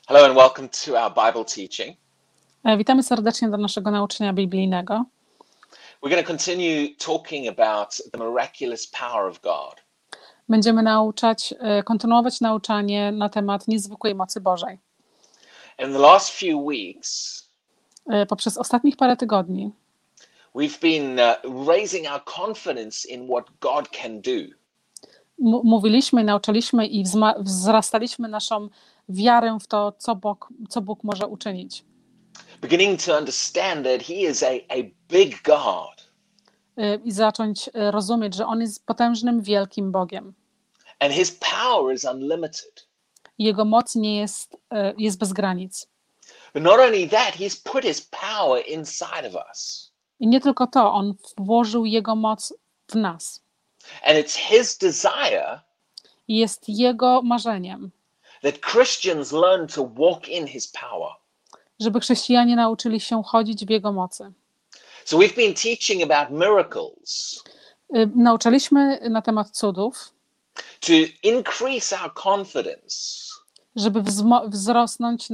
Hello and welcome to our Bible teaching. Witamy serdecznie do naszego nauczania biblijnego. We're going to continue talking about the miraculous power of God. Będziemy kontynuować nauczanie na temat niezwykłej mocy Bożej. In the last few weeks, Poprzez ostatnich parę tygodni we've been raising our confidence in what God can do. mówiliśmy, nauczaliśmy i wzrastaliśmy naszą wiarę w to, co Bóg może uczynić. Beginning to understand that He is a big God. I zacząć rozumieć, że On jest potężnym, wielkim Bogiem. And His power is unlimited. Jego moc jest bez granic. But not only that, He's put His power inside of us. I nie tylko to, On włożył Jego moc w nas. And it's His desire I jest Jego marzeniem, that Christians learn to walk in His power. żeby chrześcijanie nauczyli się chodzić w Jego mocy. So we've been teaching about miracles Nauczaliśmy na temat cudów, to increase our confidence żeby wzrosnąć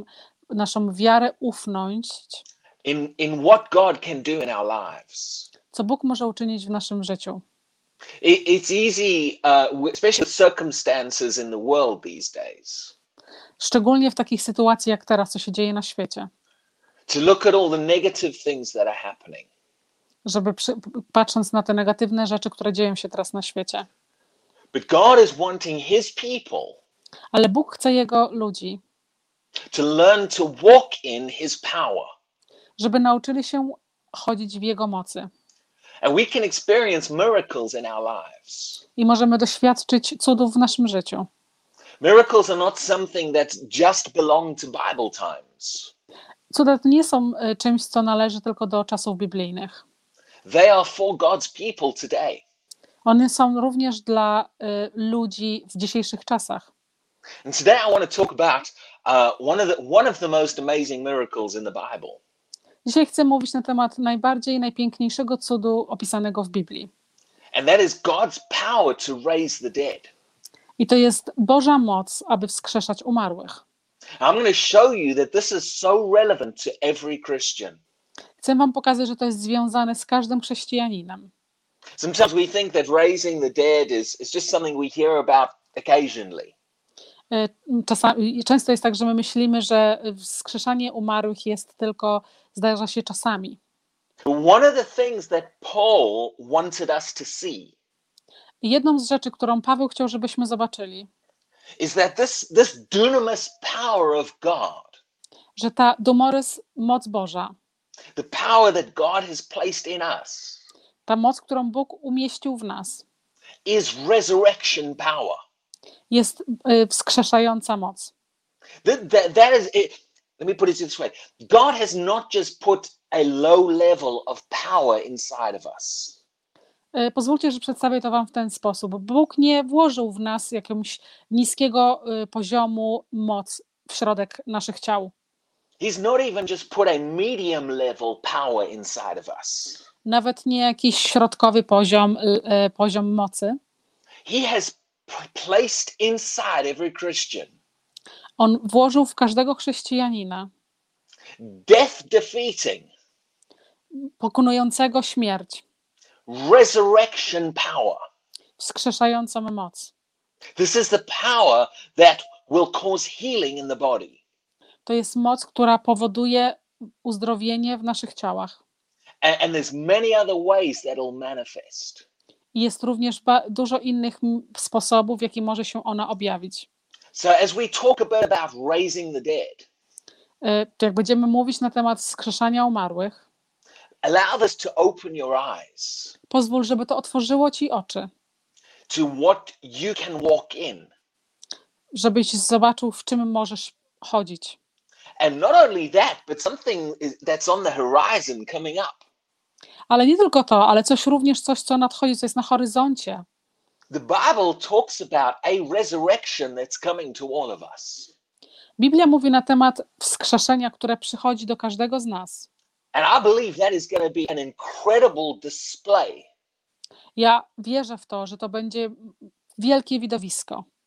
naszą wiarę, ufność, in what God can do in our lives. co Bóg może uczynić w naszym życiu. It's easy, especially with circumstances in the world these days, Szczególnie w takich sytuacjach jak teraz, co się dzieje na świecie. to look at all the negative things that are happening. Żeby patrząc na te negatywne rzeczy, które dzieją się teraz na świecie. But God is wanting His people Ale Bóg chce Jego ludzi, to learn to walk in His power. żeby nauczyli się chodzić w Jego mocy. And we can experience miracles in our lives. I możemy doświadczyć cudów w naszym życiu. Miracles are not something that just belong to Bible times. Cuda to nie są czymś, co należy tylko do czasów biblijnych. They are for God's people today. One są również dla ludzi w dzisiejszych czasach. And today I want to talk about one of the most amazing miracles in the Bible. Dzisiaj chcę mówić na temat najpiękniejszego cudu opisanego w Biblii. And that is God's power to raise the dead. I to jest Boża moc, aby wskrzeszać umarłych. I'm going to show you that this is so relevant to every Christian. Chcę wam pokazać, że to jest związane z każdym chrześcijaninem. Sometimes we think that raising the dead is just something we hear about occasionally. Często jest tak, że my myślimy, że wskrzeszanie umarłych zdarza się czasami. But one of the things that Paul wanted us to see I jedną z rzeczy, którą Paweł chciał, żebyśmy zobaczyli, is that this dunamis power of God, że ta dumorys, moc Boża, the power that God has placed in us, ta moc, którą Bóg umieścił w nas, is resurrection power. jest wskrzeszająca moc. That is it. Let me put it this way. God has not just put a low level of power inside of us. Pozwólcie, że przedstawię to wam w ten sposób. Bóg nie włożył w nas jakiegoś niskiego poziomu moc w środek naszych ciał. He's not even just put a medium level power inside of us. Nawet nie jakiś środkowy poziom mocy. He has placed inside every Christian On włożył w każdego chrześcijanina death defeating, pokonującego śmierć, resurrection power. wskrzeszającą moc. This is the power that will cause healing in the body. To jest moc, która powoduje uzdrowienie w naszych ciałach. And there's many other ways that will manifest. I jest również dużo innych sposobów, w jaki może się ona objawić. So as we talk about raising the dead, To jak będziemy mówić na temat wskrzeszania umarłych, allow this to open your eyes pozwól, żeby to otworzyło ci oczy, to what you can walk in. żebyś zobaczył, w czym możesz chodzić. And not only that, but something that's on the horizon coming up. Ale nie tylko to, ale również coś, co nadchodzi, co jest na horyzoncie. The Bible talks about a resurrection that's coming to all of us. Biblia mówi na temat wskrzeszenia, które przychodzi do każdego z nas. And I believe that is going to be an incredible display Ja wierzę w to, że to będzie wielkie widowisko.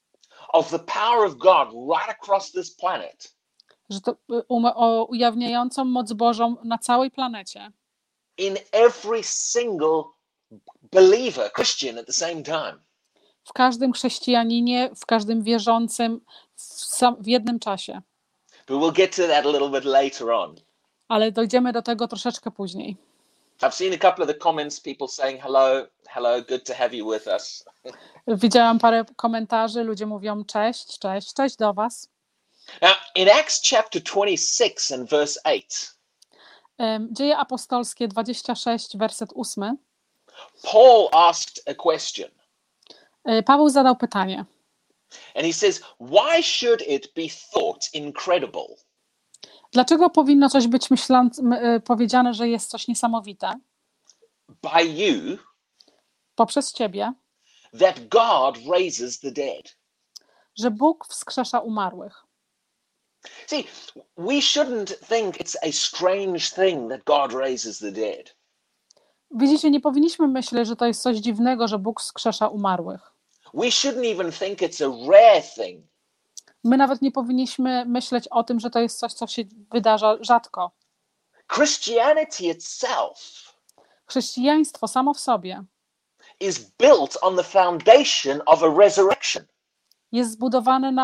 of the power of God right across this planet, że to ujawniającą moc Bożą na całej planecie, in every single believer, Christian at the same time. w każdym chrześcijaninie, w każdym wierzącym w jednym czasie. But we'll get to that a little bit later on. Ale dojdziemy do tego troszeczkę później. I've seen a couple of the comments, people saying hello, good to have you with us. Widziałam parę komentarzy, ludzie mówią cześć do was. Now, in Acts chapter 26 and verse 8, Dzieje apostolskie 26, werset 8. Paul asked a question. Paweł zadał pytanie. And he says, why should it be thought incredible? Dlaczego powinno coś być powiedziane, że jest coś niesamowite? By you, poprzez ciebie, that God raises the dead. Że Bóg wskrzesza umarłych. See, we shouldn't think it's a strange thing that God raises the dead. Widzicie, nie powinniśmy myśleć, że to jest coś dziwnego, że Bóg wskrzesza umarłych. We shouldn't even think it's a rare thing. My nawet nie powinniśmy myśleć o tym, że to jest coś, co się wydarza rzadko. Christianity itself Chrześcijaństwo samo w sobie is built on the foundation of a resurrection. jest zbudowane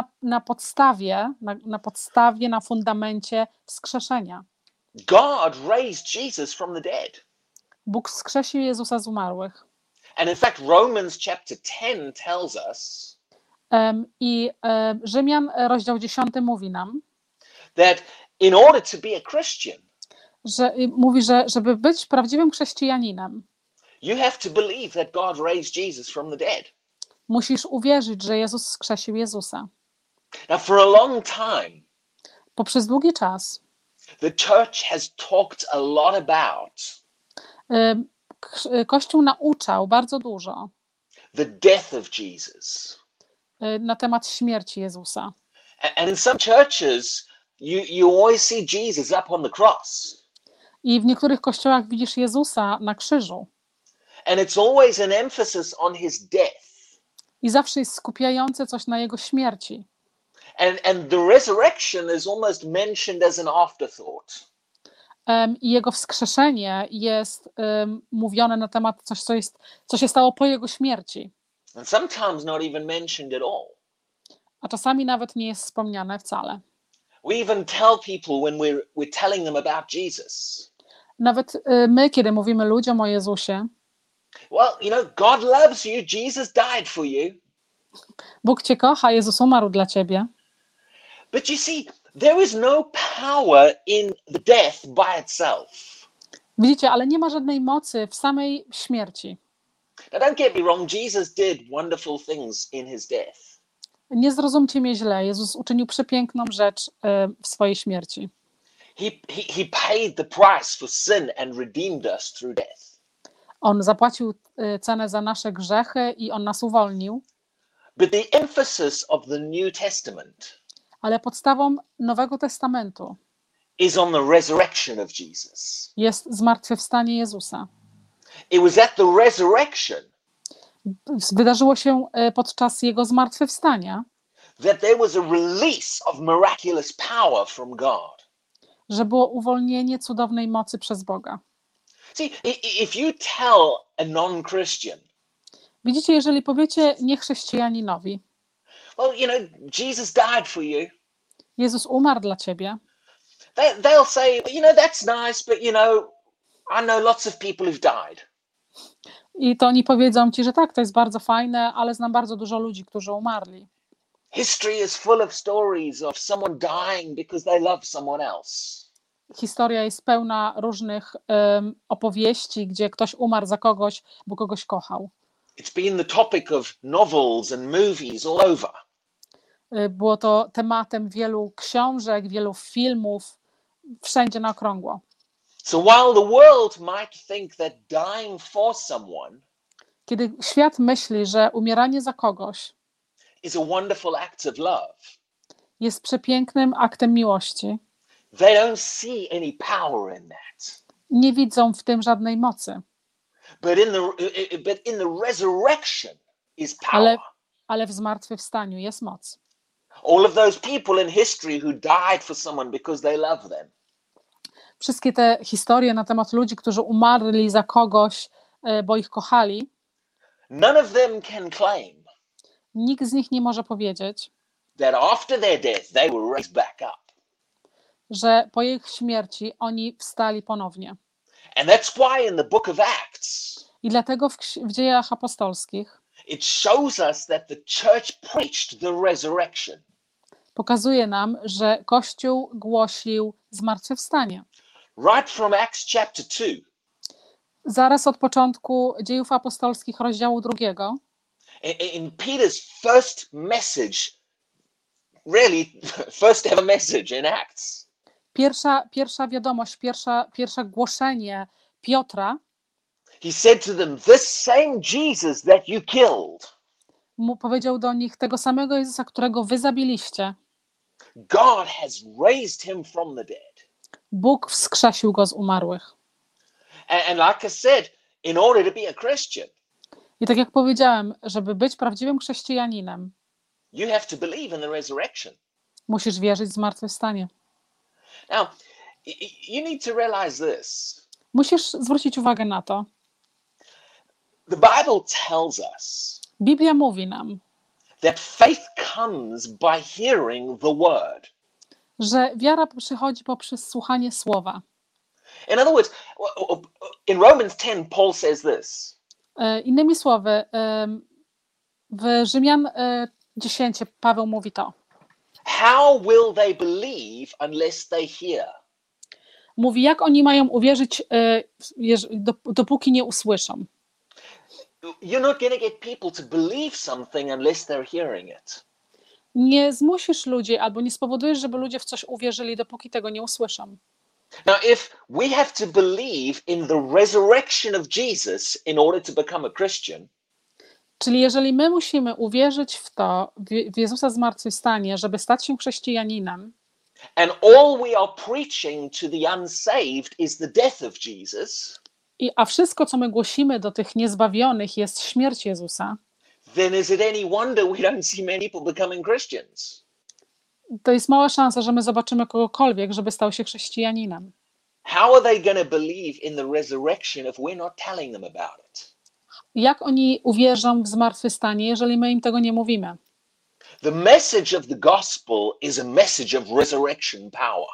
na fundamencie wskrzeszenia. God raised Jesus from the dead. Bóg wskrzesił Jezusa z umarłych. And in fact, Romans chapter 10 tells us Rzymian rozdział 10 mówi nam, that in order to be a Christian, mówi, że żeby być prawdziwym chrześcijaninem, you have to believe that God raised Jesus from the dead. musisz uwierzyć, że Jezus wskrzesił Jezusa. Now, for a long time, Poprzez długi czas the church has talked a lot about Kościół nauczał bardzo dużo the death of Jesus. Na temat śmierci Jezusa. And in some churches, you always see Jesus up on the cross. I w niektórych kościołach widzisz Jezusa na krzyżu. And it's always an emphasis on his death. I zawsze jest skupiające coś na jego śmierci. And the resurrection is almost mentioned as an afterthought. I jego wskrzeszenie jest mówione na temat coś, co się stało po jego śmierci. And sometimes not even mentioned at all. A czasami nawet nie jest wspomniane wcale. We even tell people when we're telling them about Jesus. Nawet my, kiedy mówimy ludziom o Jezusie, well, you know, God loves you, Jesus died for you. Bóg cię kocha, Jezus umarł dla ciebie. But you see, there is no power in the death by itself. Widzicie, ale nie ma żadnej mocy w samej śmierci. Now don't get me wrong, Jesus did wonderful things in his death. Nie zrozumcie mnie źle, Jezus uczynił przepiękną rzecz w swojej śmierci. He paid the price for sin and redeemed us through death. On zapłacił cenę za nasze grzechy i on nas uwolnił. But the emphasis of the New Testament Ale podstawą Nowego Testamentu is on the resurrection of Jesus. jest zmartwychwstanie Jezusa. It was at the resurrection Wydarzyło się podczas jego zmartwychwstania, that there was a release of miraculous power from God. że było uwolnienie cudownej mocy przez Boga. See, if you tell a non-Christian, Widzicie, jeżeli powiecie niechrześcijaninowi, well, you know, Jesus died for you, Jezus umarł dla ciebie, they'll say, you know, that's nice, but you know, I know lots of people who've died. i to oni powiedzą ci, że tak, to jest bardzo fajne, ale znam bardzo dużo ludzi, którzy umarli. History is full of stories of someone dying because they love someone else. Historia jest pełna różnych opowieści, gdzie ktoś umarł za kogoś, bo kogoś kochał. It's been the topic of novels and movies all over. Było to tematem wielu książek, wielu filmów, wszędzie na okrągło. So while the world might think that dying for someone Kiedy świat myśli, że umieranie za kogoś is a wonderful act of love, jest przepięknym aktem miłości, they don't see any power in that. nie widzą w tym żadnej mocy. But in the resurrection is power. ale w zmartwychwstaniu jest moc. All of those people in history who died for someone because they love them. Wszystkie te historie na temat ludzi, którzy umarli za kogoś, bo ich kochali, None of them can claim nikt z nich nie może powiedzieć, that after their death they were raised back up. że po ich śmierci oni wstali ponownie. And that's why in the book of Acts, I dlatego w Dziejach Apostolskich it shows us that the church preached the resurrection. pokazuje nam, że Kościół głosił zmartwychwstanie. Right from Acts chapter 2, Zaraz od początku Dziejów Apostolskich rozdziału 2, in Peter's first message, really first ever message in Acts, pierwsza wiadomość, pierwsze głoszenie Piotra, he said to them, this same Jesus that you killed, mu powiedział do nich, tego samego Jezusa, którego wy zabiliście, God has raised him from the dead. Bóg wskrzesił go z umarłych. And like I said, in order to be a Christian, I tak jak powiedziałem, żeby być prawdziwym chrześcijaninem, you have to believe in the resurrection. musisz wierzyć w zmartwychwstanie. Now, you need to realize this. Musisz zwrócić uwagę na to. The Bible tells us Biblia mówi nam, that faith comes by hearing the word. że wiara przychodzi poprzez słuchanie słowa. In other words, in Romans 10, Paul says this. Innymi słowy, w Rzymian 10 Paweł mówi to. How will they believe unless they hear? Mówi, jak oni mają uwierzyć, dopóki nie usłyszą. You're not going to get people to believe something unless they're hearing it. Nie zmusisz ludzi albo nie spowodujesz, żeby ludzie w coś uwierzyli, dopóki tego nie usłyszą. Now, if we have to believe in the resurrection of Jesus in order to become a Christian, Czyli jeżeli my musimy uwierzyć w to, w Jezusa zmartwychwstanie, żeby stać się chrześcijaninem, and all we are preaching to the unsaved is the death of Jesus, a wszystko, co my głosimy do tych niezbawionych, jest śmierć Jezusa, then is it any wonder we don't see many people becoming Christians? to jest mała szansa, że my zobaczymy kogokolwiek, żeby stał się chrześcijaninem. How are they going to believe in the resurrection if we're not telling them about it? Jak oni uwierzą w zmartwychwstanie, jeżeli my im tego nie mówimy? The message of the gospel is a message of resurrection power.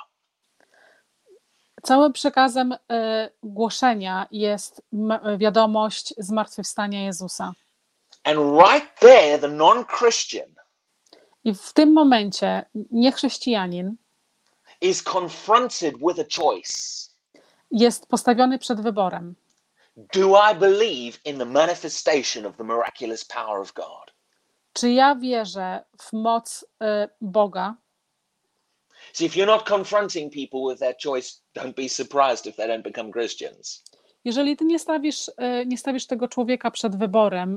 Całym przekazem głoszenia jest wiadomość zmartwychwstania Jezusa. And right there, the non-Christian I w tym momencie niechrześcijanin is confronted with a choice. jest postawiony przed wyborem. Do I believe in the manifestation of the miraculous power of God? Czy ja wierzę w moc Boga? See, if you're not confronting people with that choice, don't be surprised if they don't become Christians. Jeżeli ty nie stawisz tego człowieka przed wyborem,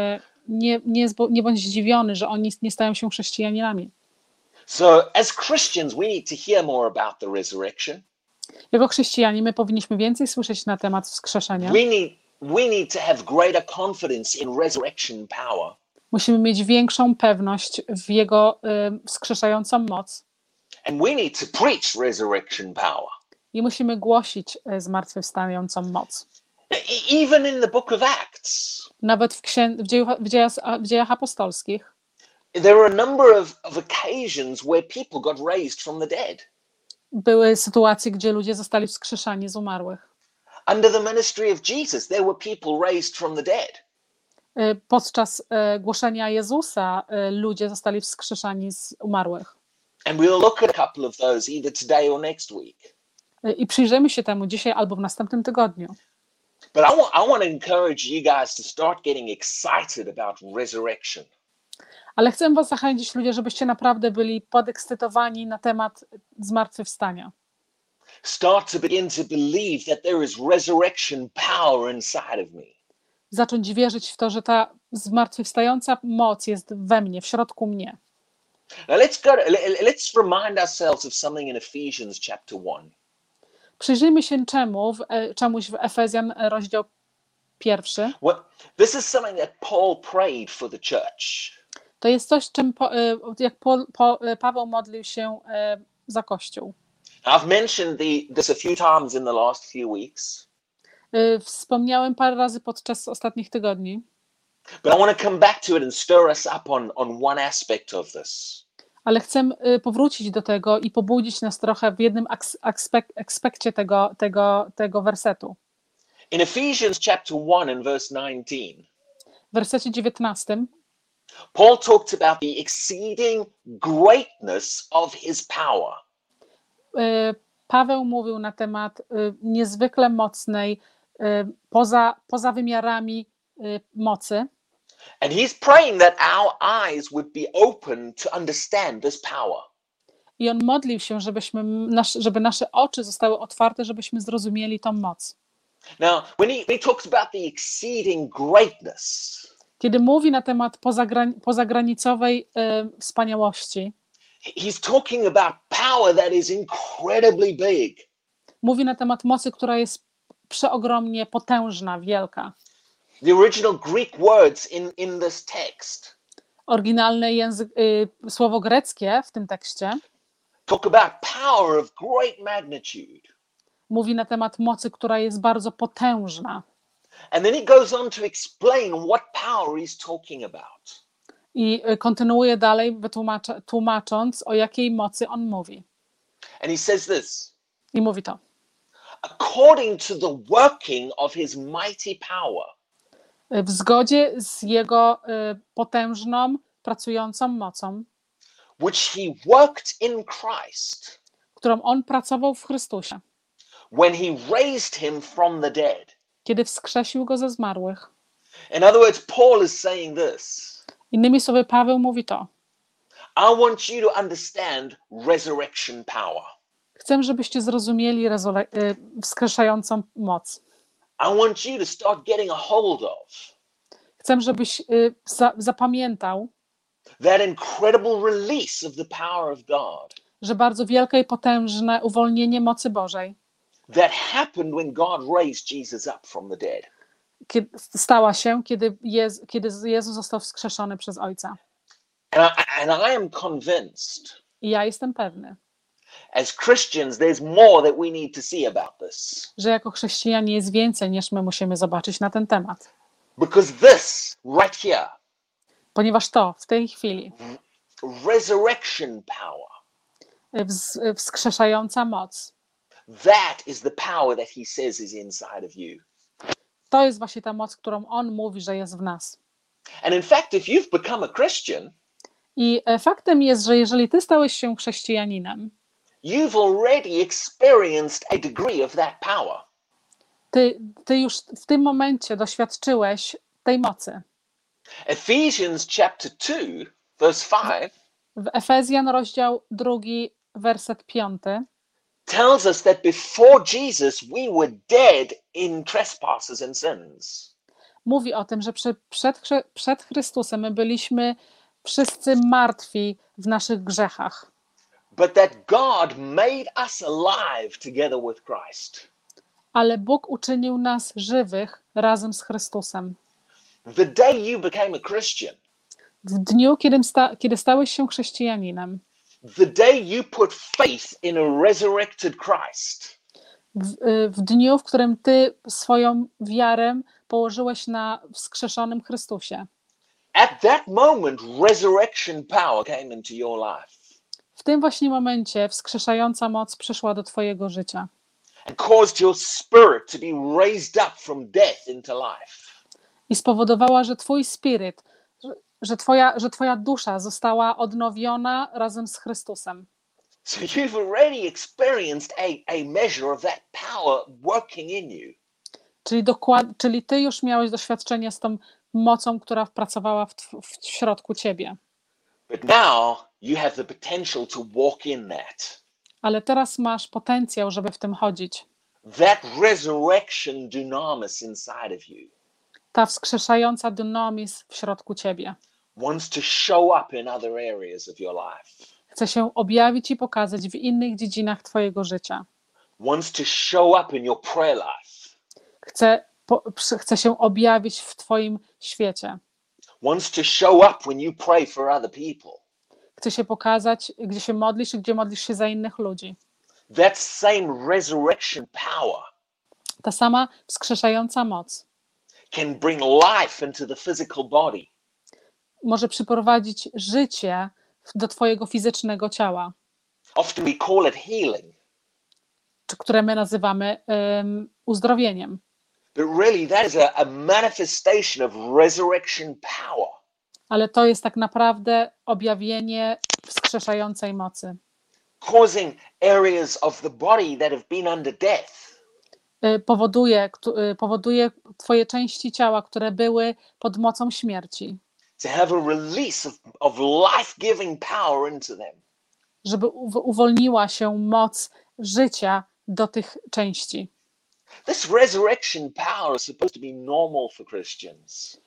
nie bądź zdziwiony, że oni nie stają się chrześcijanami. So, as Christians, we need to hear more about the resurrection. Jako chrześcijanie my powinniśmy więcej słyszeć na temat wskrzeszenia. We need to have greater confidence in resurrection power. Musimy mieć większą pewność w Jego wskrzeszającą moc. And we need to preach resurrection power. I musimy głosić zmartwychwstającą moc. Even in the book of Acts, Nawet w dziejach apostolskich there are a number of occasions where people got raised from the dead. były sytuacje, gdzie ludzie zostali wskrzeszani z umarłych. Under the ministry of Jesus, there were people raised from the dead. Podczas głoszenia Jezusa ludzie zostali wskrzeszani z umarłych. And we'll look at a couple of those either today or next week. I przyjrzymy się temu dzisiaj albo w następnym tygodniu. But I want to encourage you guys to start getting excited about resurrection. Ale chcę was zachęcić, ludzie, żebyście naprawdę byli podekscytowani na temat zmartwychwstania. Start to begin to believe that there is resurrection power inside of me. Zacząć wierzyć w to, że ta zmartwychwstająca moc jest we mnie, w środku mnie. Now let's remind ourselves of something in Ephesians chapter 1. Przyjrzyjmy się czemuś w Efezjan rozdział 1. This is something that Paul prayed for the church. To jest coś, czym Paweł modlił się za Kościół. I've mentioned this a few times in the last few weeks, Wspomniałem parę razy podczas ostatnich tygodni, but I want to come back to it and stir us up on one aspect of this. ale chcę powrócić do tego i pobudzić nas trochę w jednym aspekcie tego wersetu. In Ephesians chapter 1 and verse 19, W wersecie 19 Paul talked about the exceeding greatness of his power. Paweł mówił na temat niezwykle mocnej, poza wymiarami mocy. And he's praying that our eyes would be open to understand this power. I on modlił się, żeby nasze oczy zostały otwarte, żebyśmy zrozumieli tą moc. Now, when he talks about the exceeding greatness, Kiedy mówi na temat pozagranicowej wspaniałości, he's talking about power that is incredibly big. mówi na temat mocy, która jest przeogromnie potężna, wielka. The original Greek words in this text Oryginalne słowo greckie w tym tekście talk about power of great magnitude. mówi na temat mocy, która jest bardzo potężna. And then he goes on to explain what power he's talking about. I kontynuuje dalej, tłumacząc, o jakiej mocy on mówi. And he says this: I mówi to. according to the working of his mighty power, W zgodzie z jego potężną, pracującą mocą, which he worked in Christ którą on pracował w Chrystusie, when he raised him from the dead. kiedy wskrzesił go ze zmarłych. In other words, Paul is saying this: Innymi słowy, Paweł mówi to. I want you to understand resurrection power. Chcę, żebyście zrozumieli wskrzeszającą moc. I want you to start getting a hold of Chcę, żebyś zapamiętał, that incredible release of the power of God że bardzo wielkie i potężne uwolnienie mocy Bożej that happened when God raised Jesus up from the dead. stała się, kiedy Jezus został wskrzeszony przez Ojca. And I am convinced, I ja jestem pewny, as Christians, there's more that we need to see about this. że jako chrześcijanie jest więcej, niż my musimy zobaczyć na ten temat. Because this, right here, Ponieważ to w tej chwili resurrection power, wskrzeszająca moc, that is the power that he says is inside of you. to jest właśnie ta moc, którą on mówi, że jest w nas. And in fact, if you've become a Christian, I faktem jest, że jeżeli ty stałeś się chrześcijaninem, you've already experienced a degree of that power. ty już w tym momencie doświadczyłeś tej mocy. Ephesians chapter 2, verse 5 W Efezjan rozdział 2, werset 5 tells us that before Jesus we were dead in trespasses and sins. mówi o tym, że przed Chrystusem my byliśmy wszyscy martwi w naszych grzechach, But that God made us alive together with Christ. ale Bóg uczynił nas żywych razem z Chrystusem. The day you became a Christian, W dniu, kiedy stałeś się chrześcijaninem, the day you put faith in a resurrected Christ, w dniu, w którym ty swoją wiarę położyłeś na wskrzeszonym Chrystusie, at that moment resurrection power came into your life w tym właśnie momencie wskrzeszająca moc przyszła do twojego życia and caused your spirit to be raised up from death into life. i spowodowała, że twój spiryt, że twoja dusza została odnowiona razem z Chrystusem. So you've already experienced a measure of that power working in you. Czyli ty już miałeś doświadczenie z tą mocą, która pracowała w środku ciebie. But now you have the potential to walk in that. Ale teraz masz potencjał, żeby w tym chodzić. That resurrection dunamis inside of you Ta wskrzeszająca dynamis w środku ciebie wants to show up in other areas of your life. chce się objawić i pokazać w innych dziedzinach twojego życia. Wants to show up in your prayer life. Chce się objawić w twoim świecie. wants to show up when you pray for other people. Chce się pokazać, gdzie się modlisz i gdzie modlisz się za innych ludzi. That same resurrection power Ta sama wskrzeszająca moc can bring life into the physical body. może przyprowadzić życie do twojego fizycznego ciała, Often we call it healing, które my nazywamy uzdrowieniem. but really that is a manifestation of resurrection power. Ale to jest tak naprawdę objawienie wskrzeszającej mocy. Causing areas of the body that have been under death Powoduje twoje części ciała, które były pod mocą śmierci, to have a release of life-giving power into them. żeby uwolniła się moc życia do tych części. This resurrection power is supposed to be normal for Christians.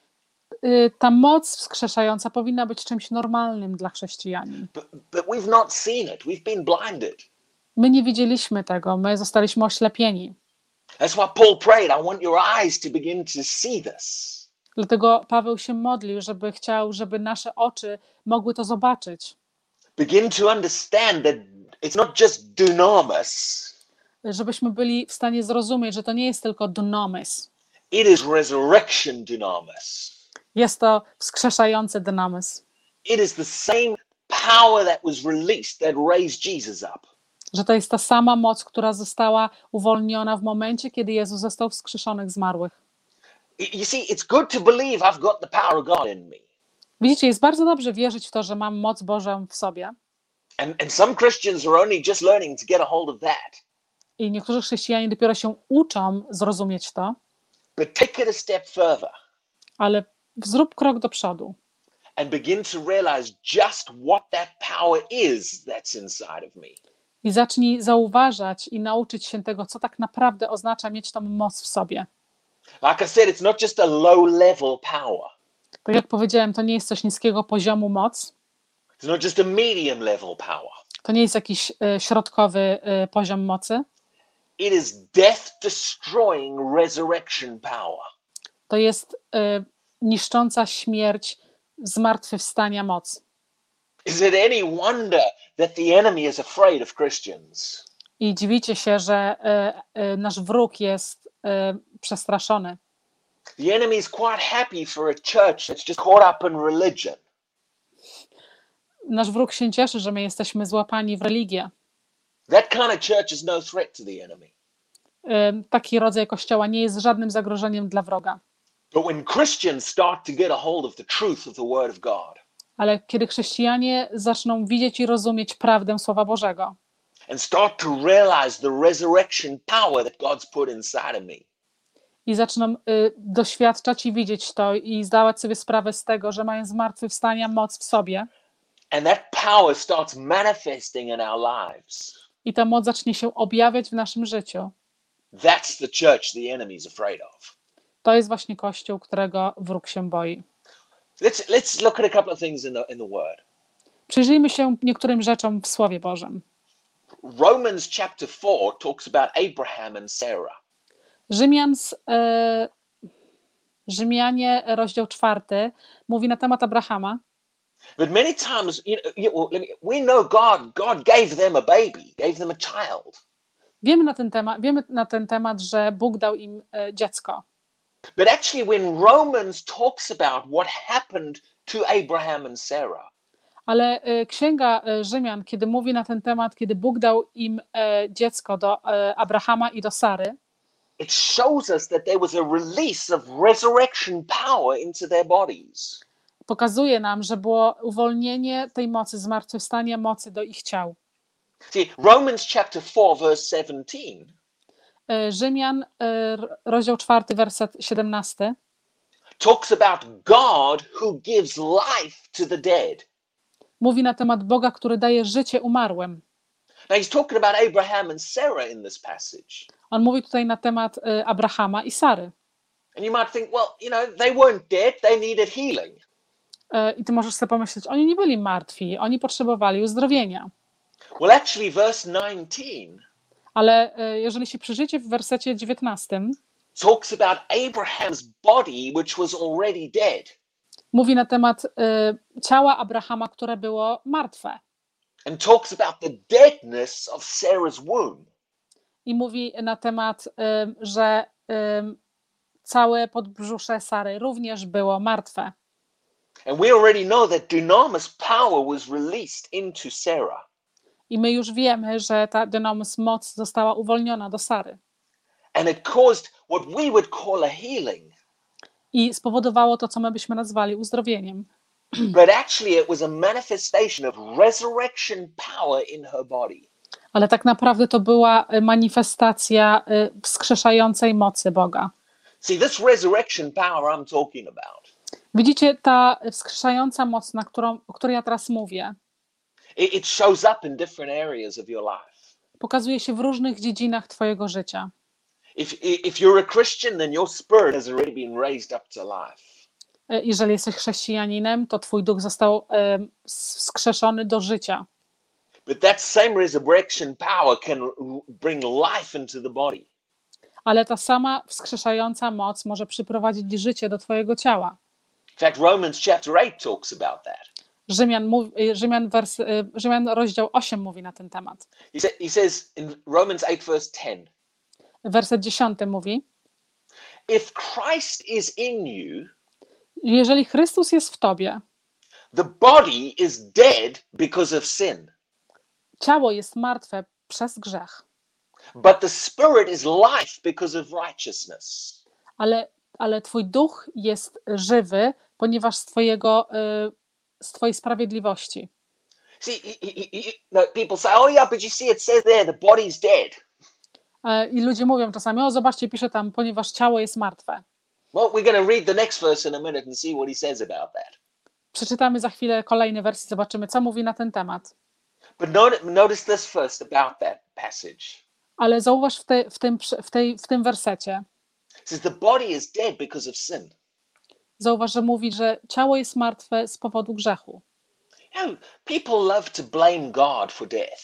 Ta moc wskrzeszająca powinna być czymś normalnym dla chrześcijanin. But we've not seen it. We've been blinded. My nie widzieliśmy tego, my zostaliśmy oślepieni. That's why Paul prayed, I want your eyes to begin to see this. Dlatego Paweł się modlił, żeby nasze oczy mogły to zobaczyć. Begin to understand that it's not just dunamis. Żebyśmy byli w stanie zrozumieć, że to nie jest tylko dunamis. It is resurrection dunamis. Jest to wskrzeszający dynamis. It is the same power that was released that raised Jesus up. Że to jest ta sama moc, która została uwolniona w momencie, kiedy Jezus został wskrzeszony z zmarłych. You see, it's good to believe I've got the power of God in me. Widzicie, jest bardzo dobrze wierzyć w to, że mam moc Bożą w sobie. And some Christians are only just learning to get a hold of that. I niektórzy chrześcijanie dopiero się uczą zrozumieć to, But take it a step further ale zrób krok do przodu and begin to realize just what that power is that's inside of me. i zacznij zauważać i nauczyć się tego, co tak naprawdę oznacza mieć tą moc w sobie. Like I said, it's not just a low-level power. Tak jak powiedziałem, to nie jest coś niskiego poziomu moc, It's not just a medium-level power. to nie jest jakiś środkowy poziom mocy, It is death-destroying resurrection power. to jest niszcząca śmierć zmartwychwstania moc. Is it any wonder that the enemy is afraid of Christians? I dziwicie się, że nasz wróg jest przestraszony. The enemy is quite happy for a church that's just caught up in religion. Nasz wróg się cieszy, że my jesteśmy złapani w religię. That kind of church is no threat to the enemy. Taki rodzaj kościoła nie jest żadnym zagrożeniem dla wroga. But when Christians start to get a hold of the truth of the Word of God Ale kiedy chrześcijanie zaczną widzieć i rozumieć prawdę Słowa Bożego and start to realize the resurrection power that God's put inside of me, i zaczną doświadczać i widzieć to i zdawać sobie sprawę z tego, że mają zmartwychwstania moc w sobie and that power starts manifesting in our lives, i ta moc zacznie się objawiać w naszym życiu, that's the church the enemy is afraid of. to jest właśnie Kościół, którego wróg się boi. Let's look at a couple of things in the Word. Przyjrzyjmy się niektórym rzeczom w Słowie Bożym. Romans chapter 4 talks about Abraham and Sarah. Rzymianie, rozdział 4, mówi na temat Abrahama. But many times, we know God gave them a baby, gave them a child. Wiemy na ten temat, że Bóg dał im dziecko. But actually, when Romans talks about what happened to Abraham and Sarah, Ale Księga Rzymian, kiedy mówi na ten temat, kiedy Bóg dał im dziecko do Abrahama i do Sary, it shows us that there was a release of resurrection power into their bodies. pokazuje nam, że było uwolnienie tej mocy, zmartwychwstania mocy do ich ciał. See, Romans chapter 4, verse 17 Rzymian, rozdział 4, werset 17, talks about God who gives life to the dead. mówi na temat Boga, który daje życie umarłym. Now he's talking about Abraham and Sarah in this passage. On mówi tutaj na temat Abrahama i Sary. And you might think, well, they weren't dead, they needed healing. I ty możesz sobie pomyśleć, oni nie byli martwi, oni potrzebowali uzdrowienia. Well, actually, verse 19 Ale jeżeli się przyjrzycie w wersecie 19, talks about Abraham's body, which was already dead. Mówi na temat ciała Abrahama, które było martwe. And talks about the deadness of Sarah's womb. I mówi na temat, że całe podbrzusze Sary również było martwe. And we already know that dunamis power was released into Sarah. I my już wiemy, że ta dynamis moc została uwolniona do Sary. And it caused what we would call a healing. I spowodowało to, co my byśmy nazwali uzdrowieniem. But actually it was a manifestation of resurrection power in her body. Ale tak naprawdę to była manifestacja wskrzeszającej mocy Boga. See, this resurrection power I'm talking about. Widzicie, ta wskrzeszająca moc, o której ja teraz mówię, It shows up in different areas of your life. pokazuje się w różnych dziedzinach twojego życia. If you're a Christian, then your spirit has already been raised up to life. Jeżeli jesteś chrześcijaninem, to twój duch został wskrzeszony do życia. But that same resurrection power can bring life into the body. Ale ta sama wskrzeszająca moc może przyprowadzić życie do twojego ciała. In fact, Romans chapter 8 talks about that. Rzymian rozdział 8 mówi na ten temat. He says in Romans 8 verse 10, Werset 10 mówi: if Christ is in you, jeżeli Chrystus jest w tobie, the body is dead because of sin, ciało jest martwe przez grzech, but the spirit is life because of righteousness. ale twój duch jest żywy, ponieważ z twojej sprawiedliwości. See, people say, oh yeah, but you see it says there, the body's dead. I ludzie mówią czasami: o, zobaczcie, pisze tam, ponieważ ciało jest martwe. Well, we're going to read the next verse in a minute and see what he says about that. Przeczytamy za chwilę kolejny wers i zobaczymy, co mówi na ten temat. But notice this first about that passage. Ale zauważ w tym wersecie. It says the body is dead because of sin. Zauważ, że mówi, że ciało jest martwe z powodu grzechu. You know, people love to blame God for death.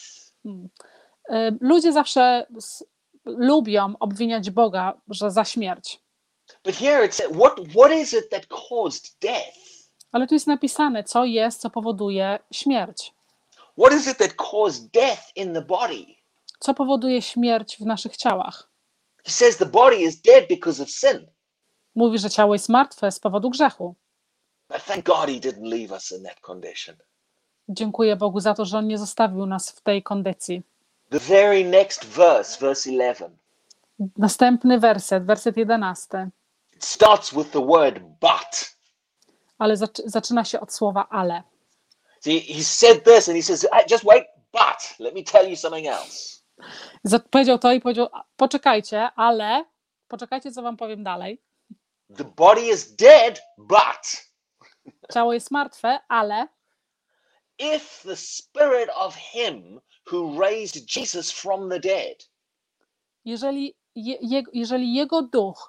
Ludzie zawsze lubią obwiniać Boga, że za śmierć. But here it says, what is it that caused death? Ale tu jest napisane, co powoduje śmierć. What is it that caused death in the body? Co powoduje śmierć w naszych ciałach? He says the body is dead because of sin. Mówi, że ciało jest martwe z powodu grzechu. But thank God he didn't leave us in that condition. Dziękuję Bogu za to, że On nie zostawił nas w tej kondycji. The very next verse, verse 11. Następny werset 11. It starts with the word but. Ale zaczyna się od słowa ale. See, he said this and he says, just wait, but let me tell you something else. Powiedział to i powiedział: poczekajcie, co wam powiem dalej. The body is dead, but Ciało jest martwe, ale if the spirit of him who raised Jesus from the dead jeżeli jego duch,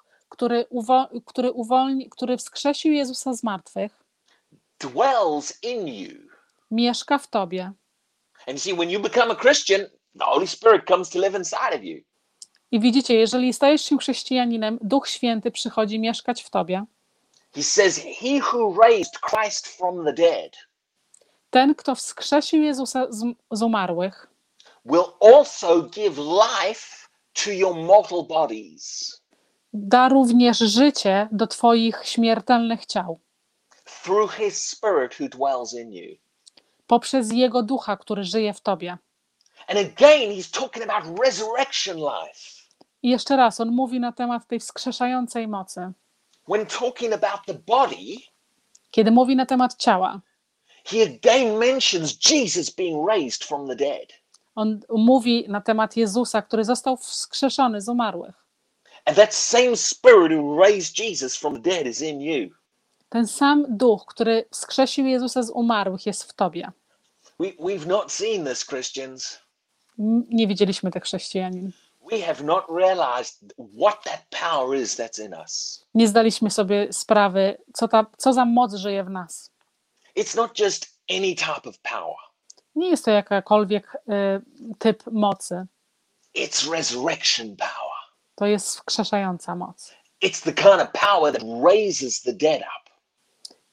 który wskrzesił Jezusa z martwych, dwells in you. Mieszka w tobie. And you see, when you become a Christian, the Holy Spirit comes to live inside of you. I widzicie, jeżeli stajesz się chrześcijaninem, Duch Święty przychodzi mieszkać w tobie. He says, he who raised Christ from the dead Ten, kto wskrzesił Jezusa z umarłych, will also give life to your mortal bodies da również życie do twoich śmiertelnych ciał. through his spirit who dwells in you. Poprzez Jego Ducha, który żyje w tobie. And again, he's talking about resurrection life. I jeszcze raz, on mówi na temat tej wskrzeszającej mocy. When talking about the body, Kiedy mówi na temat ciała, he again mentions Jesus being raised from the dead. on mówi na temat Jezusa, który został wskrzeszony z umarłych. And that same spirit who raised Jesus from the dead is in you. Ten sam Duch, który wskrzesił Jezusa z umarłych, jest w tobie. We've not seen this, Christians. Nie widzieliśmy tych chrześcijanin. We have not realized what that power is that's in us. Nie zdaliśmy sobie sprawy, co za moc żyje w nas. It's not just any type of power. Nie jest to jakakolwiek typ mocy. It's resurrection power. To jest wskrzeszająca moc. It's the kind of power that raises the dead up.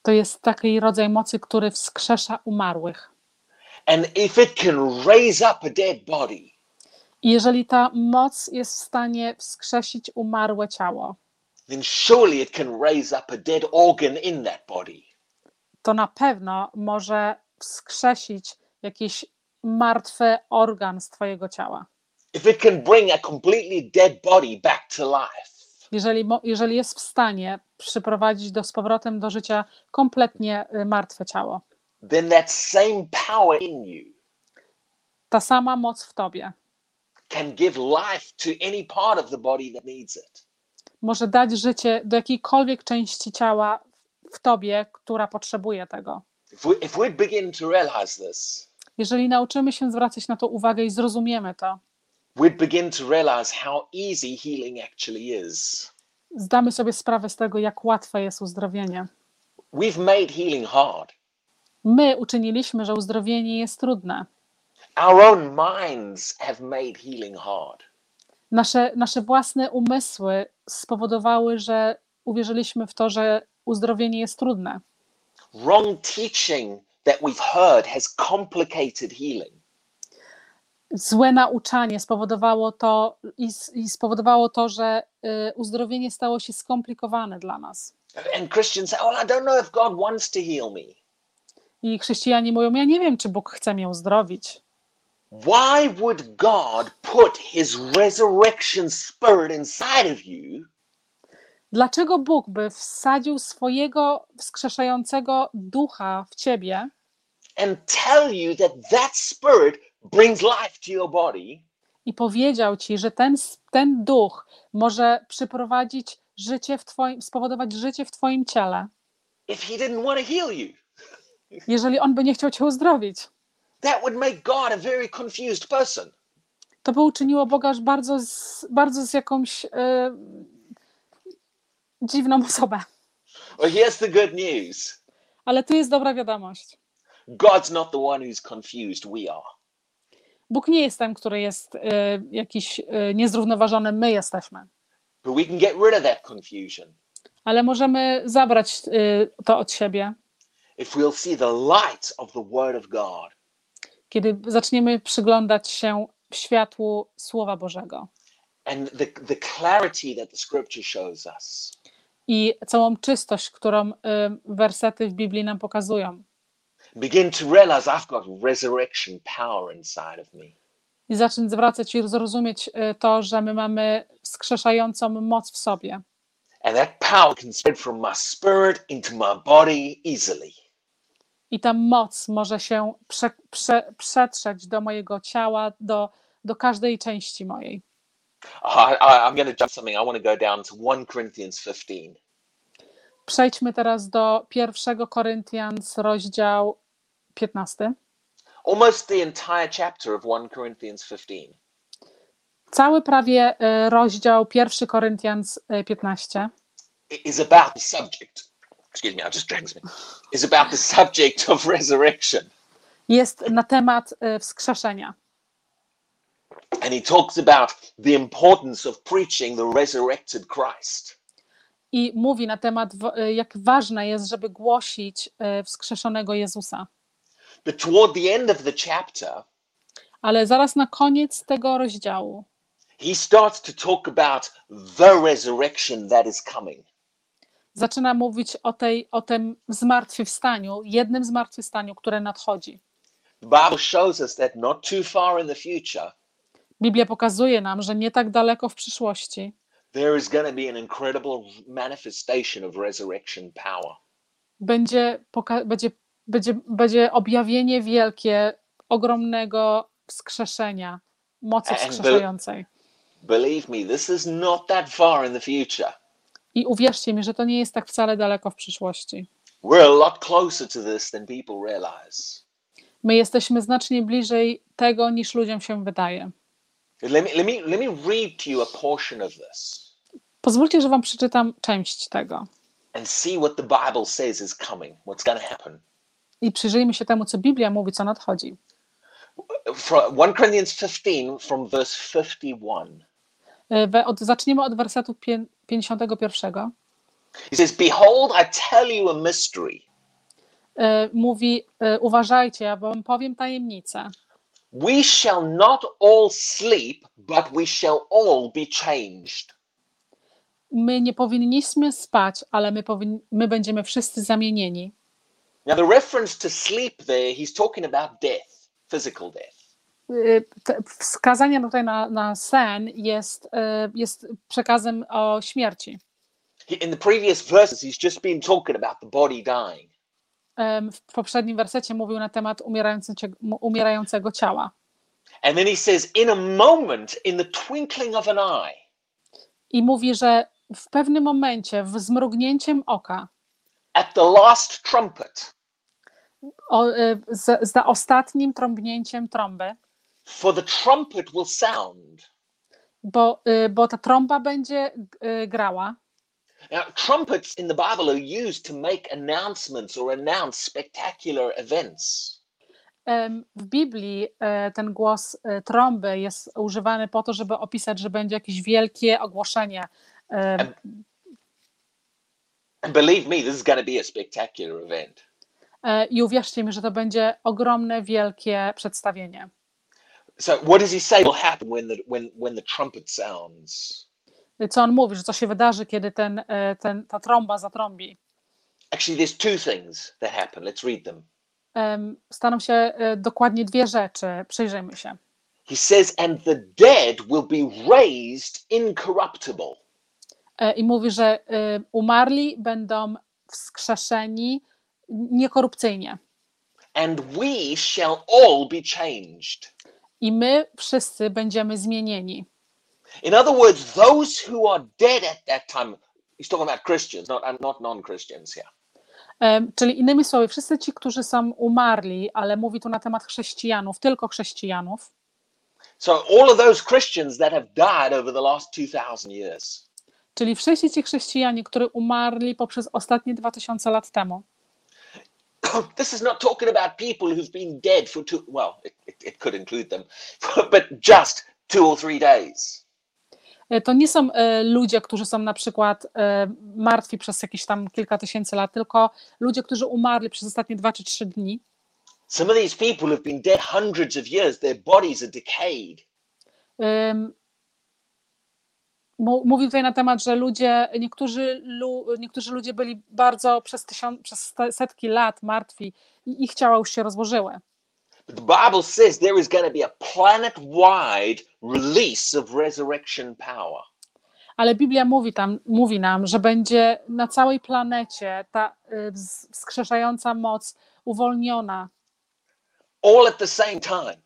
To jest taki rodzaj mocy, który wskrzesza umarłych. And if it can raise up a dead body, I jeżeli ta moc jest w stanie wskrzesić umarłe ciało, then surely it can raise up a dead organ in that body. to na pewno może wskrzesić jakiś martwy organ z twojego ciała. If it can bring a completely dead body back to life, Jeżeli jest w stanie przyprowadzić z powrotem do życia kompletnie martwe ciało, then that same power in you ta sama moc w tobie can give life to any part of the body that needs it. może dać życie do jakiejkolwiek części ciała w tobie, która potrzebuje tego. If we begin to realize this, Jeżeli nauczymy się zwracać na to uwagę i zrozumiemy to, we'd begin to realize how easy healing actually is. zdamy sobie sprawę z tego, jak łatwe jest uzdrowienie. We've made healing hard. My uczyniliśmy, że uzdrowienie jest trudne. Our own minds have made healing hard. Nasze własne umysły spowodowały, że uwierzyliśmy w to, że uzdrowienie jest trudne. Wrong teaching that we've heard has complicated healing. Złe nauczanie spowodowało to, że uzdrowienie stało się skomplikowane dla nas. And Christians say, oh, I don't know if God wants to heal me. I chrześcijanie mówią, ja nie wiem, czy Bóg chce mnie uzdrowić. Why would God put his resurrection spirit inside of you Dlaczego Bóg by wsadził swojego wskrzeszającego ducha w ciebie and tell you that that spirit brings life to your body i powiedział ci, że ten duch może przyprowadzić życie spowodować życie w twoim ciele, if he didn't want to heal you? jeżeli on by nie chciał cię uzdrowić? That would make God a very confused person. To by uczyniło Boga aż bardzo z jakąś dziwną osobę. Well, here's the good news. Ale tu jest dobra wiadomość. God's not the one who's confused, we are. Bóg nie jest tym, który jest jakiś niezrównoważony, my jesteśmy. But we can get rid of that confusion Ale możemy zabrać to od siebie, if we'll see the light of the Word of God. kiedy zaczniemy przyglądać się światłu Słowa Bożego And the clarity that the Scripture shows us. i całą czystość, którą wersety w Biblii nam pokazują. Begin to realize I've got resurrection power inside of me. I zacząć zwracać i zrozumieć to, że my mamy wskrzeszającą moc w sobie. And that power can spread from my spirit into my body easily. I ta moc może się przetrzeć do mojego ciała, do każdej części mojej. I'm going to jump something. I want to go down to 1 Corinthians 15. Przejdźmy teraz do 1 Koryntian, rozdział 15. Almost the entire chapter of 1 Corinthians 15 Cały prawie rozdział 1 Koryntian 15 is about the subject. Excuse me, I just drank something. Is about the subject of resurrection. jest na temat wskrzeszenia. And he talks about the importance of preaching the resurrected Christ. I mówi na temat, jak ważne jest, żeby głosić wskrzeszonego Jezusa. But toward the end of the chapter, Ale zaraz na koniec tego rozdziału he starts to talk about the resurrection that is coming. zaczyna mówić o tym zmartwychwstaniu, jednym zmartwychwstaniu, które nadchodzi. The Bible shows us that not too far in the future, Biblia pokazuje nam, że nie tak daleko w przyszłości there is going to be an incredible manifestation of resurrection power. będzie objawienie wielkie, ogromnego wskrzeszenia, mocy wskrzeszającej. Believe me, this is not that far in the future. I uwierzcie mi, że to nie jest tak wcale daleko w przyszłości. We're a lot closer to this than people realize. My jesteśmy znacznie bliżej tego, niż ludziom się wydaje. Let me read to you a portion of this Pozwólcie, że wam przeczytam część tego. and see what the Bible says is coming, what's going to happen. I przyjrzyjmy się temu, co Biblia mówi, co nadchodzi. 1 Corinthians 15 from verse 51. Zaczniemy od wersetu 51. He says, behold, I tell you a mystery. mówi, uważajcie, ja wam powiem tajemnicę. We shall not all sleep, but we shall all be changed. My nie powinniśmy spać, ale my będziemy wszyscy zamienieni. Now, the reference to sleep there, he's talking about death, physical death. Wskazanie tutaj na sen jest przekazem o śmierci. In the previous verses, he's just been talking about the body dying. W poprzednim wersecie mówił na temat umierającego ciała. And then he says, in a moment, in the twinkling of an eye. I mówi, że w pewnym momencie, zmrugnięciem oka, at the last trumpet, za ostatnim trąbnięciem trąby, for the trumpet will sound. Bo ta trąba będzie grała. Now, trumpets in the Bible are used to make announcements or announce spectacular events. W Biblii ten głos trąby jest używany po to, żeby opisać, że będzie jakieś wielkie ogłoszenie. And believe me, this is going to be a spectacular event. I uwierzcie mi, że to będzie ogromne, wielkie przedstawienie. So what does he say will happen when the trumpet sounds? Co on mówi, że co się wydarzy, kiedy ta trąba zatrąbi? Actually, there's two things that happen. Let's read them. Staną się dokładnie dwie rzeczy. Przyjrzyjmy się. He says, and the dead will be raised incorruptible. I mówi, że umarli będą wskrzeszeni niekorupcyjnie. And we shall all be changed. I my wszyscy będziemy zmienieni. In other words, those who are dead at that time, he's talking about Christians, not non-Christians here. Czyli innymi słowy, wszyscy ci, którzy są umarli, ale mówi tu na temat chrześcijanów, tylko chrześcijanów. So all of those Christians that have died over the last 2000 years. Czyli wszyscy ci chrześcijanie, którzy umarli poprzez ostatnie 2000 lat temu. This is not talking about people who've been dead for it could include them, but just 2 or 3 days. To nie są ludzie, którzy są na przykład martwi przez jakieś tam kilka tysięcy lat, tylko ludzie, którzy umarli przez ostatnie 2 czy 3 dni. Some of these people have been dead hundreds of years. Their bodies are decayed. Mówi tutaj na temat, że niektórzy ludzie byli bardzo przez setki lat martwi i ich ciała już się rozłożyły. But the Bible says there is going to be a planet-wide release of resurrection power. Ale Biblia mówi nam, że będzie na całej planecie ta wskrzeszająca moc uwolniona. All at the same time.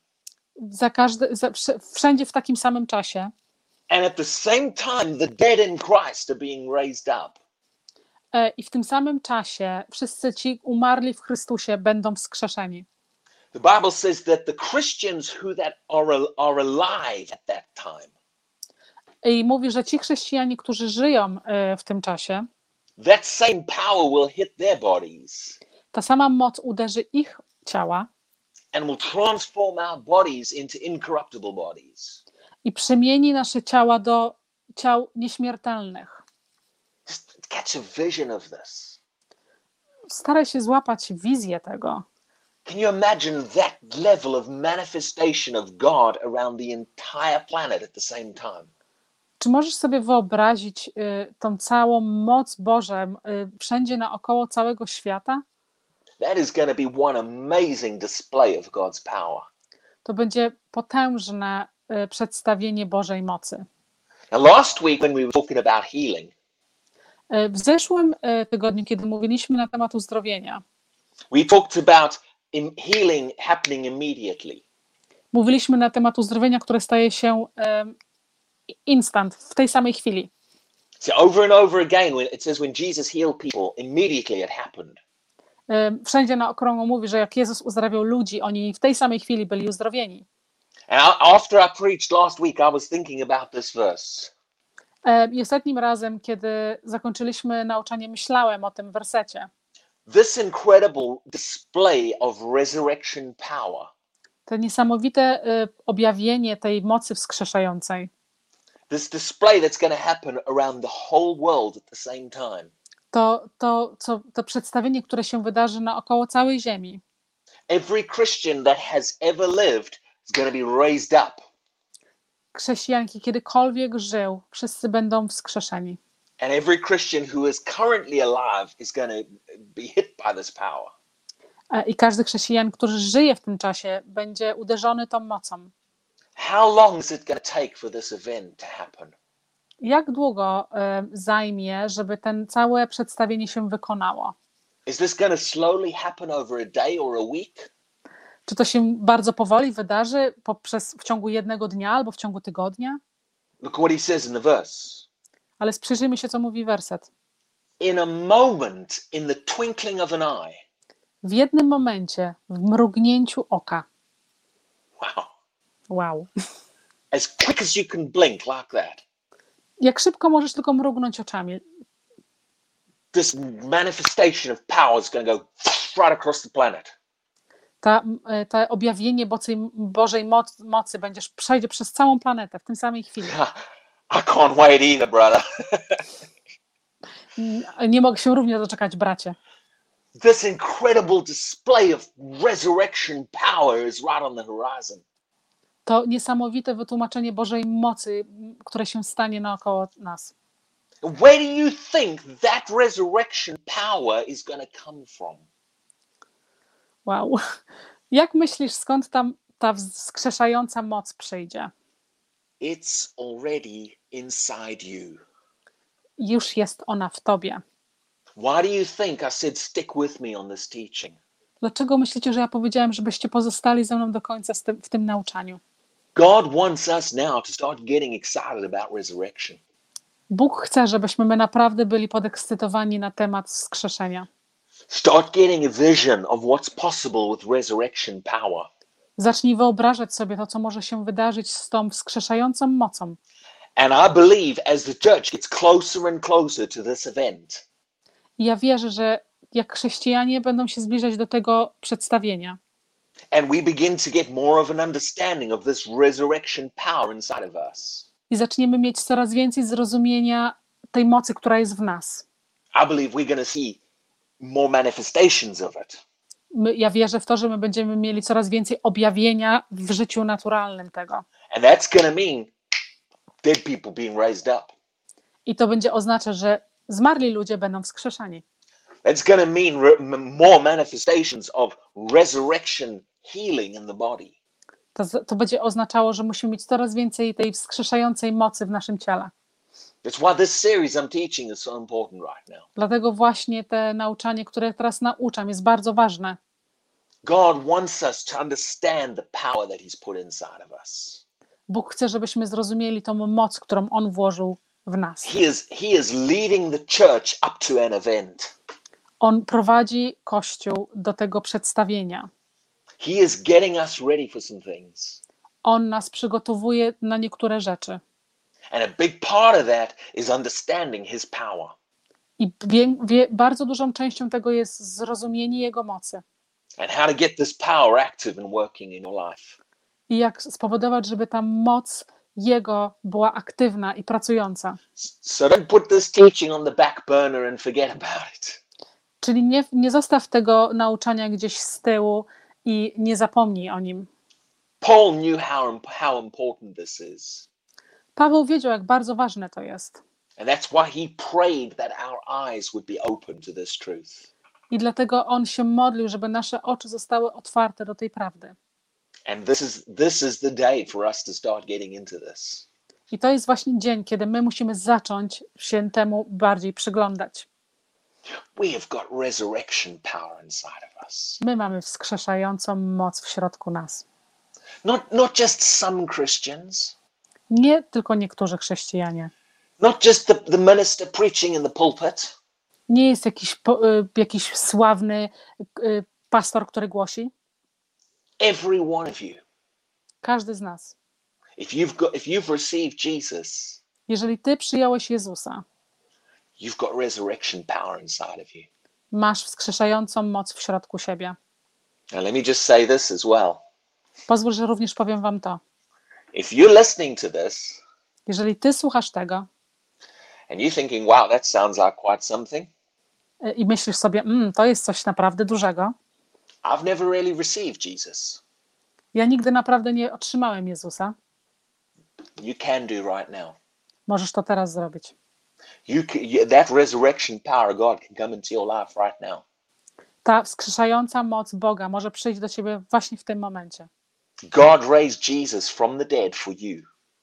Wszędzie w takim samym czasie. And at the same time, the dead in Christ are being raised up. I w tym samym czasie wszyscy ci umarli w Chrystusie będą wskrzeszeni. The Bible says that the Christians who are alive at that time. I mówi, że ci chrześcijanie, którzy żyją w tym czasie, that same power will hit their bodies. Ta sama moc uderzy ich ciała. And will transform our bodies into incorruptible bodies. I przemieni nasze ciała do ciał nieśmiertelnych. Just catch a vision of this. Staraj się złapać wizję tego. Can you imagine that level of manifestation of God around the entire planet at the same time? Czy możesz sobie wyobrazić tą całą moc Bożą wszędzie naokoło całego świata? That is going to be one amazing display of God's power. To będzie potężne przedstawienie Bożej mocy. Now, last week when we were talking about healing, w zeszłym tygodniu, kiedy mówiliśmy na temat uzdrowienia, we talked about healing happening immediately. Mówiliśmy na temat uzdrowienia, które staje się instant, w tej samej chwili. So over and over again, when it says when Jesus healed people, immediately it happened. Wszędzie na okrągło mówi, że jak Jezus uzdrawiał ludzi, oni w tej samej chwili byli uzdrowieni. And after I preached last week, I was thinking about this verse. I ostatnim razem, kiedy zakończyliśmy nauczanie, myślałem o tym wersecie. This incredible display of resurrection power. To niesamowite objawienie tej mocy wskrzeszającej. This display that's going to happen around the whole world at the same time. to przedstawienie, które się wydarzy naokoło całej ziemi. Every Christian that has ever lived is going to be raised up. Chrześcijanki, kiedykolwiek żył, wszyscy będą wskrzeszeni. And every Christian who is currently alive is going to be hit by this power. I każdy chrześcijan, który żyje w tym czasie, będzie uderzony tą mocą. How long is it going to take for this event to happen? Jak długo zajmie, żeby ten całe przedstawienie się wykonało? Is this going to slowly happen over a day or a week? Czy to się bardzo powoli wydarzy w ciągu jednego dnia albo w ciągu tygodnia? Look what he says in the verse. Ale przyjrzyjmy się, co mówi werset. In a moment, in the twinkling of an eye. W jednym momencie, w mrugnięciu oka. Wow. Wow. As quick as you can blink like that. Jak szybko możesz tylko mrugnąć oczami? This manifestation of power is going to go right across the planet. To objawienie Bożej mocy przejdzie przez całą planetę w tym samej chwili. I can't wait either, brother. Nie mogę się równie doczekać, bracie. This incredible display of resurrection power is right on the horizon. To niesamowite wytłumaczenie Bożej mocy, które się stanie naokoło nas. Where do you think that resurrection power is going to come from? Wow. Jak myślisz, skąd tam ta wskrzeszająca moc przyjdzie? It's already inside you. Już jest ona w tobie. Why do you think I said stick with me on this teaching? Dlaczego myślicie, że ja powiedziałem, żebyście pozostali ze mną do końca w tym nauczaniu? God wants us now to start getting excited about resurrection. Bóg chce, żebyśmy my naprawdę byli podekscytowani na temat wskrzeszenia. Start getting a vision of what's possible with resurrection power. Zacznij wyobrażać sobie to, co może się wydarzyć z tą wskrzeszającą mocą. And I believe as the church gets closer and closer to this event, I ja wierzę, że jak chrześcijanie będą się zbliżać do tego przedstawienia and we begin to get more of an understanding of this resurrection power inside of us, i zaczniemy mieć coraz więcej zrozumienia tej mocy, która jest w nas. I believe we're going to see more manifestations of it. Ja wierzę w to, że my będziemy mieli coraz więcej objawienia w życiu naturalnym tego. And that's going to mean dead people being raised up. I to będzie oznaczać, że zmarli ludzie będą wskrzeszani. That's going to mean more manifestations of resurrection healing in the body. To będzie oznaczało, że musimy mieć coraz więcej tej wskrzeszającej mocy w naszym ciele. That's why this series I'm teaching is so important right now. Dlatego właśnie te nauczanie, które teraz nauczam, jest bardzo ważne. God wants us to understand the power that He's put inside of us. Bóg chce, żebyśmy zrozumieli tą moc, którą On włożył w nas. He is leading the church up to an event. On prowadzi Kościół do tego przedstawienia. He is getting us ready for some things. On nas przygotowuje na niektóre rzeczy. And a big part of that is understanding His power. I bardzo dużą częścią tego jest zrozumienie Jego mocy. And how to get this power active and working in your life. I jak spowodować, żeby ta moc Jego była aktywna i pracująca. So don't put this teaching on the back burner and forget about it. Czyli nie zostaw tego nauczania gdzieś z tyłu i nie zapomnij o nim. Paul knew how important this is. Paweł wiedział, jak bardzo ważne to jest. And that's why he prayed that our eyes would be open to this truth. I dlatego on się modlił, żeby nasze oczy zostały otwarte do tej prawdy. And this is the day for us to start getting into this. I to jest właśnie dzień, kiedy my musimy zacząć się temu bardziej przyglądać. We have got resurrection power inside of us. My mamy wskrzeszającą moc w środku nas. Not just some Christians. Nie tylko niektórzy chrześcijanie. Not just the minister preaching in the pulpit. Nie jest jakiś sławny pastor, który głosi. Every one of you. Każdy z nas. If you've received Jesus, jeżeli ty przyjąłeś Jezusa, you've got resurrection power inside of you. Masz wskrzeszającą moc w środku siebie. Now let me just say this as well. Pozwól, że również powiem wam to. If you're listening to this, jeżeli ty słuchasz tego and you're thinking, wow, that sounds like quite something. i myślisz sobie, to jest coś naprawdę dużego. I've never really received Jesus. Ja nigdy naprawdę nie otrzymałem Jezusa. You can do right now. Możesz to teraz zrobić. That resurrection power of God can come into your life right now. Ta wskrzeszająca moc Boga może przyjść do ciebie właśnie w tym momencie. God raised Jesus from the dead for you.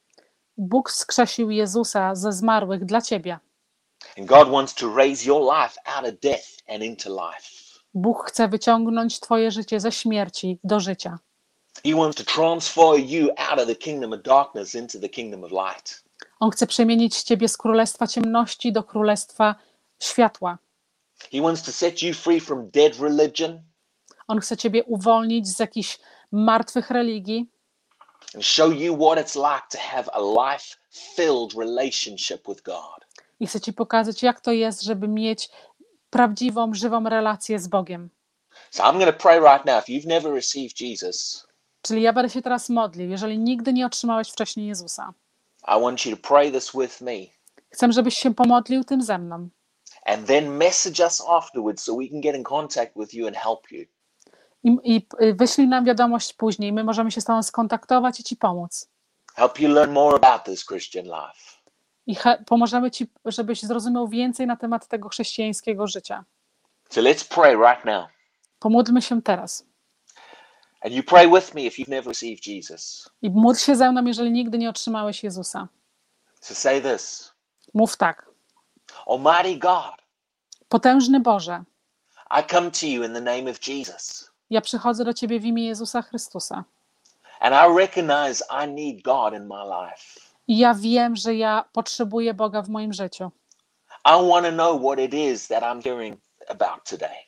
Bóg wskrzesił Jezusa ze zmarłych dla ciebie. And God wants to raise your life out of death and into life. Bóg chce wyciągnąć twoje życie ze śmierci do życia. He wants to transfer you out of the kingdom of darkness into the kingdom of light. On chce przemienić ciebie z królestwa ciemności do królestwa światła. He wants to set you free from dead religion On chce ciebie uwolnić z jakichś martwych religii and show you what it's like to have a life-filled relationship with God. i chce ci pokazać, jak to jest, żeby mieć prawdziwą, żywą relację z Bogiem. So I'm going to pray right now. If you've never received Jesus, Czyli ja będę się teraz modlił, jeżeli nigdy nie otrzymałeś wcześniej Jezusa. I want you to pray this with me. Chcę, żebyś się pomodlił tym ze mną. And then message us afterwards so we can get in contact with you and help you. I wyślij nam wiadomość później. My możemy się z tobą skontaktować i ci pomóc. Help you learn more about this Christian life. I pomożemy ci, żebyś zrozumiał więcej na temat tego chrześcijańskiego życia. So let's pray right now. Pomódlmy się teraz. And you pray with me if you've never received Jesus. I módl się ze mną, jeżeli nigdy nie otrzymałeś Jezusa. So say this. Mów tak. Almighty God, Potężny Boże, I come to you in the name of Jesus. ja przychodzę do Ciebie w imię Jezusa Chrystusa. And I recognize I need God in my life. I ja wiem, że ja potrzebuję Boga w moim życiu. I want to know what it is that I'm hearing about today.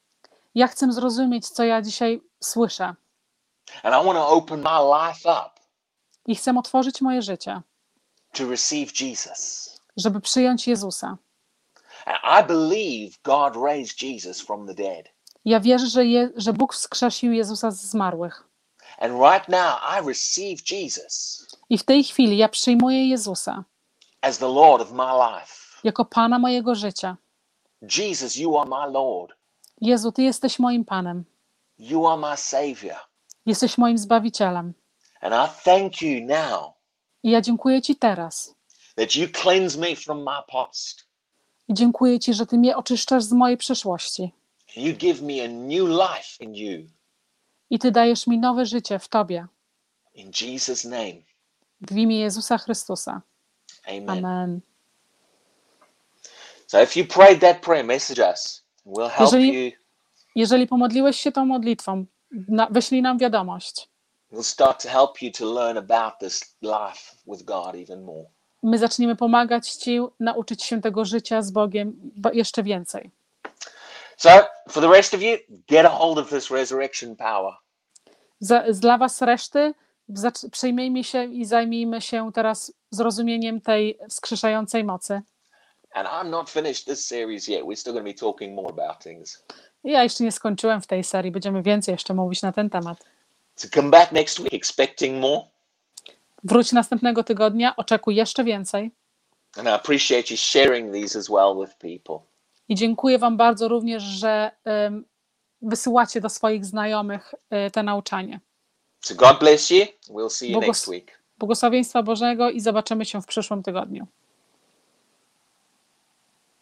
Ja chcę zrozumieć, co ja dzisiaj słyszę. And I want to open my life up I chcę otworzyć moje życie, to receive Jesus. żeby przyjąć Jezusa. And I believe God raised Jesus from the dead. Ja wierzę, że Bóg wskrzesił Jezusa z zmarłych. And right now I receive Jesus I w tej chwili ja przyjmuję Jezusa as the Lord of my life. jako Pana mojego życia. Jesus, you are my Lord. Jezu, Ty jesteś moim Panem. You are my Savior. Jesteś moim Zbawicielem. And I thank you now I ja dziękuję Ci teraz. that you cleanse me from my past. I dziękuję Ci, że Ty mnie oczyszczasz z mojej przeszłości. You give me a new life in you. I Ty dajesz mi nowe życie w Tobie. In Jesus' name. W imię Jezusa Chrystusa. Amen. Amen. So if you prayed that prayer, message us. We'll help you. Jeżeli pomodliłeś się tą modlitwą, wyślij nam wiadomość. We'll start to help you to learn about this life with God even more. My zaczniemy pomagać Ci nauczyć się tego życia z Bogiem jeszcze więcej. So for the rest of you, get a hold of this resurrection power. Dla Was reszty przejmijmy się i zajmijmy się teraz zrozumieniem tej wskrzeszającej mocy. And I'm not finished this series yet. We're still going to be talking more about things. Ja jeszcze nie skończyłem w tej serii, będziemy więcej jeszcze mówić na ten temat. So come back next week expecting more. Wróć następnego tygodnia, oczekuj jeszcze więcej. And I appreciate you sharing these as well with people. I dziękuję Wam bardzo również, że wysyłacie do swoich znajomych te nauczanie. So God bless you. We'll see you next week. Błogosławieństwa Bożego i zobaczymy się w przyszłym tygodniu.